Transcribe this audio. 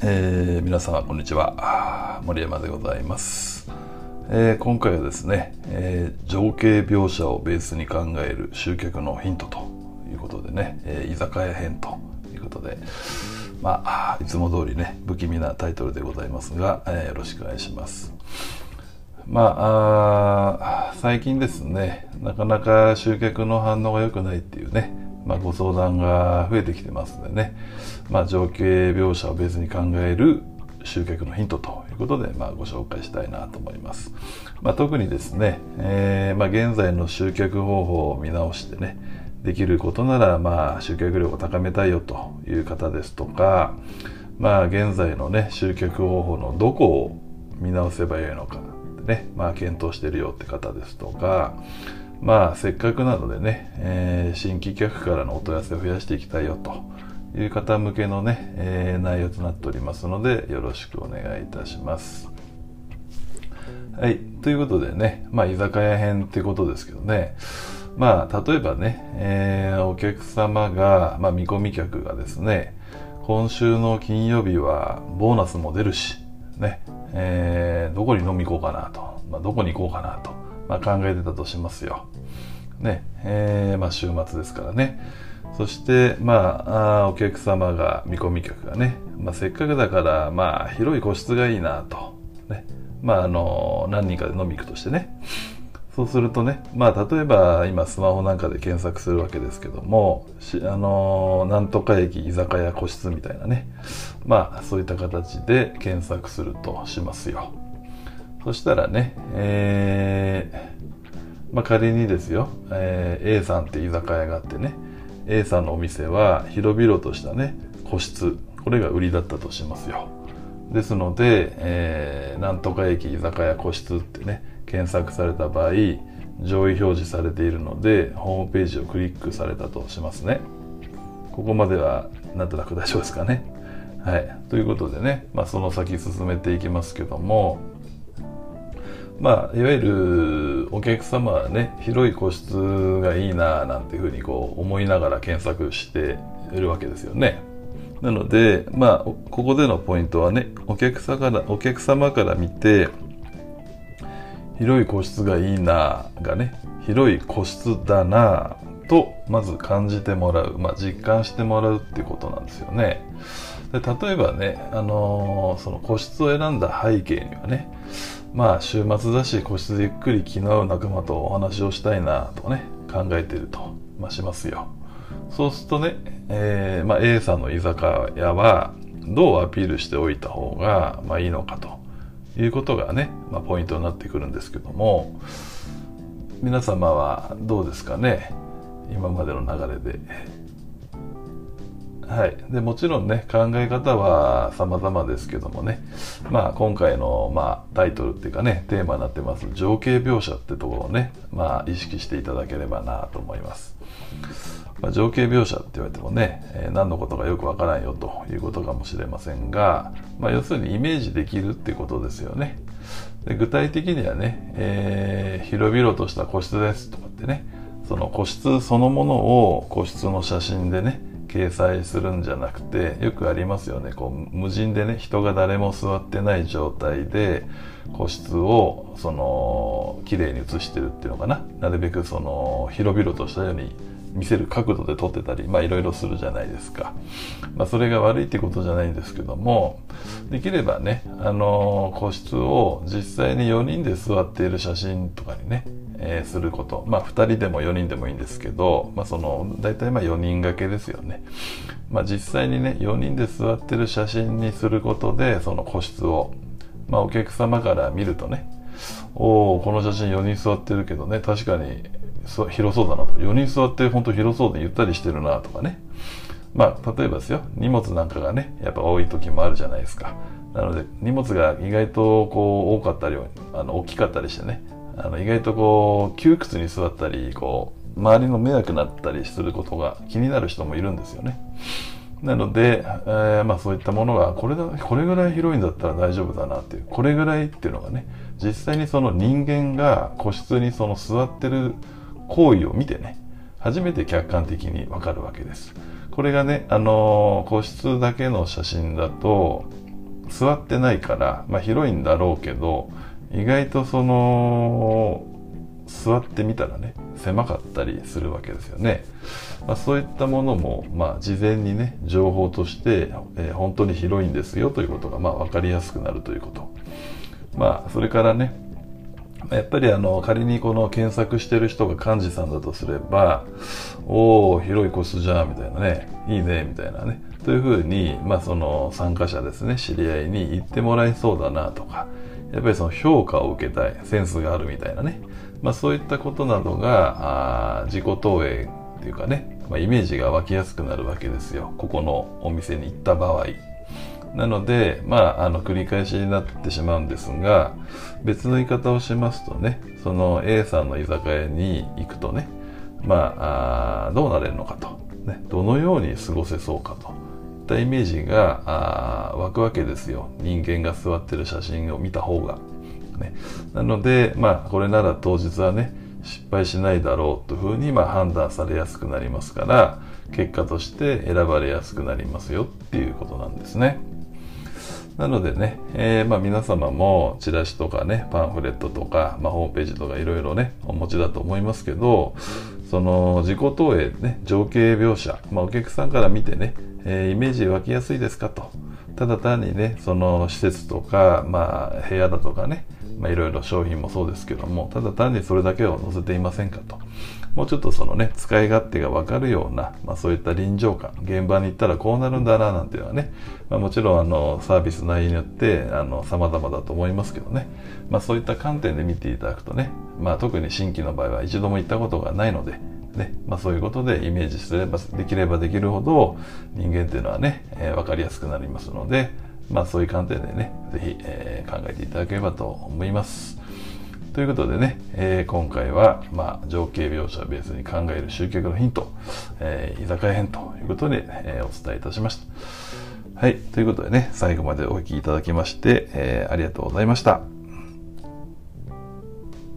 皆様こんにちは。森山でございます。今回はですね、情景描写をベースに考える集客のヒントということでね、居酒屋編ということで、いつも通りね不気味なタイトルでございますが、よろしくお願いします。最近ですね、なかなか集客の反応が良くないっていうね、ご相談が増えてきてますのでね、情景描写をベースに考える集客のヒントということで、ご紹介したいなと思います。特にですね、現在の集客方法を見直してね、できることなら集客力を高めたいよという方ですとか、現在のね集客方法のどこを見直せばいいのかね、検討しているよって方ですとか、せっかくなのでね、新規客からのお問い合わせを増やしていきたいよという方向けのね、内容となっておりますので、よろしくお願いいたします。はい、ということでね、居酒屋編ってことですけどね、例えばね、お客様が、見込み客がですね、今週の金曜日はボーナスも出るしね、どこに飲み行こうかなと、どこに行こうかなと、考えてたとしますよ。ね、週末ですからね。そして、お客様が、見込み客がね、せっかくだから、広い個室がいいなと。ね、何人かで飲み行くとしてね。そうするとね、例えば今スマホなんかで検索するわけですけども、なんとか駅居酒屋個室みたいなね、そういった形で検索するとしますよ。そしたらね、仮にですよ、A さんって居酒屋があってね、A さんのお店は広々としたね個室、これが売りだったとしますよ。ですので、なんとか駅居酒屋個室ってね検索された場合、上位表示されているのでホームページをクリックされたとしますね。ここまではなんとなく大丈夫ですかね。はい、ということでね、その先進めていきますけども、いわゆるお客様はね、広い個室がいいななんていうふうに思いながら検索しているわけですよね。なので、ここでのポイントはね、お客様から見て、広い個室がいいながね、広い個室だなとまず感じてもらう、実感してもらうっていうことなんですよね。で、例えばね、その個室を選んだ背景にはね、週末だし個室でゆっくり気の合う仲間とお話をしたいなとね考えていると、しますよ。そうするとね、A さんの居酒屋はどうアピールしておいた方がいいのかということがね、ポイントになってくるんですけども、皆様はどうですかね、今までの流れで。はい、でもちろんね考え方は様々ですけどもね、今回のタイトルっていうかねテーマになってます情景描写ってところをね意識していただければなと思います。情景描写って言われてもね、何のことかよくわからんよということかもしれませんが、要するにイメージできるっていうことですよね。で、具体的にはね、広々とした個室ですとかってね、その個室そのものを個室の写真でね掲載するんじゃなくて、よくありますよね、無人でね人が誰も座ってない状態で個室を綺麗に写してるっていうのかな、なるべく広々としたように見せる角度で撮ってたり、いろいろするじゃないですか。それが悪いってことじゃないんですけども、できればね個室を実際に4人で座っている写真とかにねすること、2人でも4人でもいいんですけど、大体4人掛けですよね。実際にね4人で座ってる写真にすることで、その個室を、お客様から見るとね、この写真4人座ってるけどね、確かに広そうだなと、4人座って本当広そうでゆったりしてるなとかね、例えばですよ、荷物なんかがねやっぱ多い時もあるじゃないですか。なので荷物が意外と多かったり大きかったりしてね、意外と窮屈に座ったり周りの迷惑になったりすることが気になる人もいるんですよね。なので、そういったものがこれぐらい広いんだったら大丈夫だなっていう、これぐらいっていうのがね、実際にその人間が個室に座ってる行為を見てね、初めて客観的にわかるわけです。これがね、個室だけの写真だと座ってないから、広いんだろうけど、意外と座ってみたらね狭かったりするわけですよね。そういったものも、事前にね情報として、本当に広いんですよということが、分かりやすくなるということ。それからね、やっぱり仮にこの検索してる人が幹事さんだとすれば、おお広いコースじゃんみたいなね、いいねみたいなね、というふうに、その参加者ですね、知り合いに言ってもらえそうだなとか、やっぱりその評価を受けたい、センスがあるみたいなね、そういったことなどが自己投影っていうかね、イメージが湧きやすくなるわけですよ、ここのお店に行った場合。なので、繰り返しになってしまうんですが、別の言い方をしますとね、その A さんの居酒屋に行くとね、どうなれるのかと、ね、どのように過ごせそうかといったイメージが湧くわけですよ。人間が座ってる写真を見た方が。ね、なので、これなら当日はね、失敗しないだろうというふうに判断されやすくなりますから、結果として選ばれやすくなりますよっていうことなんですね。なのでね、皆様もチラシとかね、パンフレットとか、ホームページとかいろいろね、お持ちだと思いますけど、その自己投影ね、情景描写、お客さんから見てね、イメージ湧きやすいですかと。ただ単にね、その施設とか、部屋だとかね、いろいろ商品もそうですけども、ただ単にそれだけを載せていませんかと。もうちょっとそのね、使い勝手が分かるような、そういった臨場感、現場に行ったらこうなるんだななんていうのはね、もちろんサービス内容によって様々だと思いますけどね、そういった観点で見ていただくとね、特に新規の場合は一度も行ったことがないので、ね、そういうことでイメージすればできればできるほど人間っていうのはね、分かりやすくなりますので、そういう観点でね、ぜひ、考えていただければと思います。ということでね、今回は、情景描写をベースに考える集客のヒント、居酒屋編ということで、お伝えいたしました。はい、ということでね、最後までお聞きいただきまして、ありがとうございました。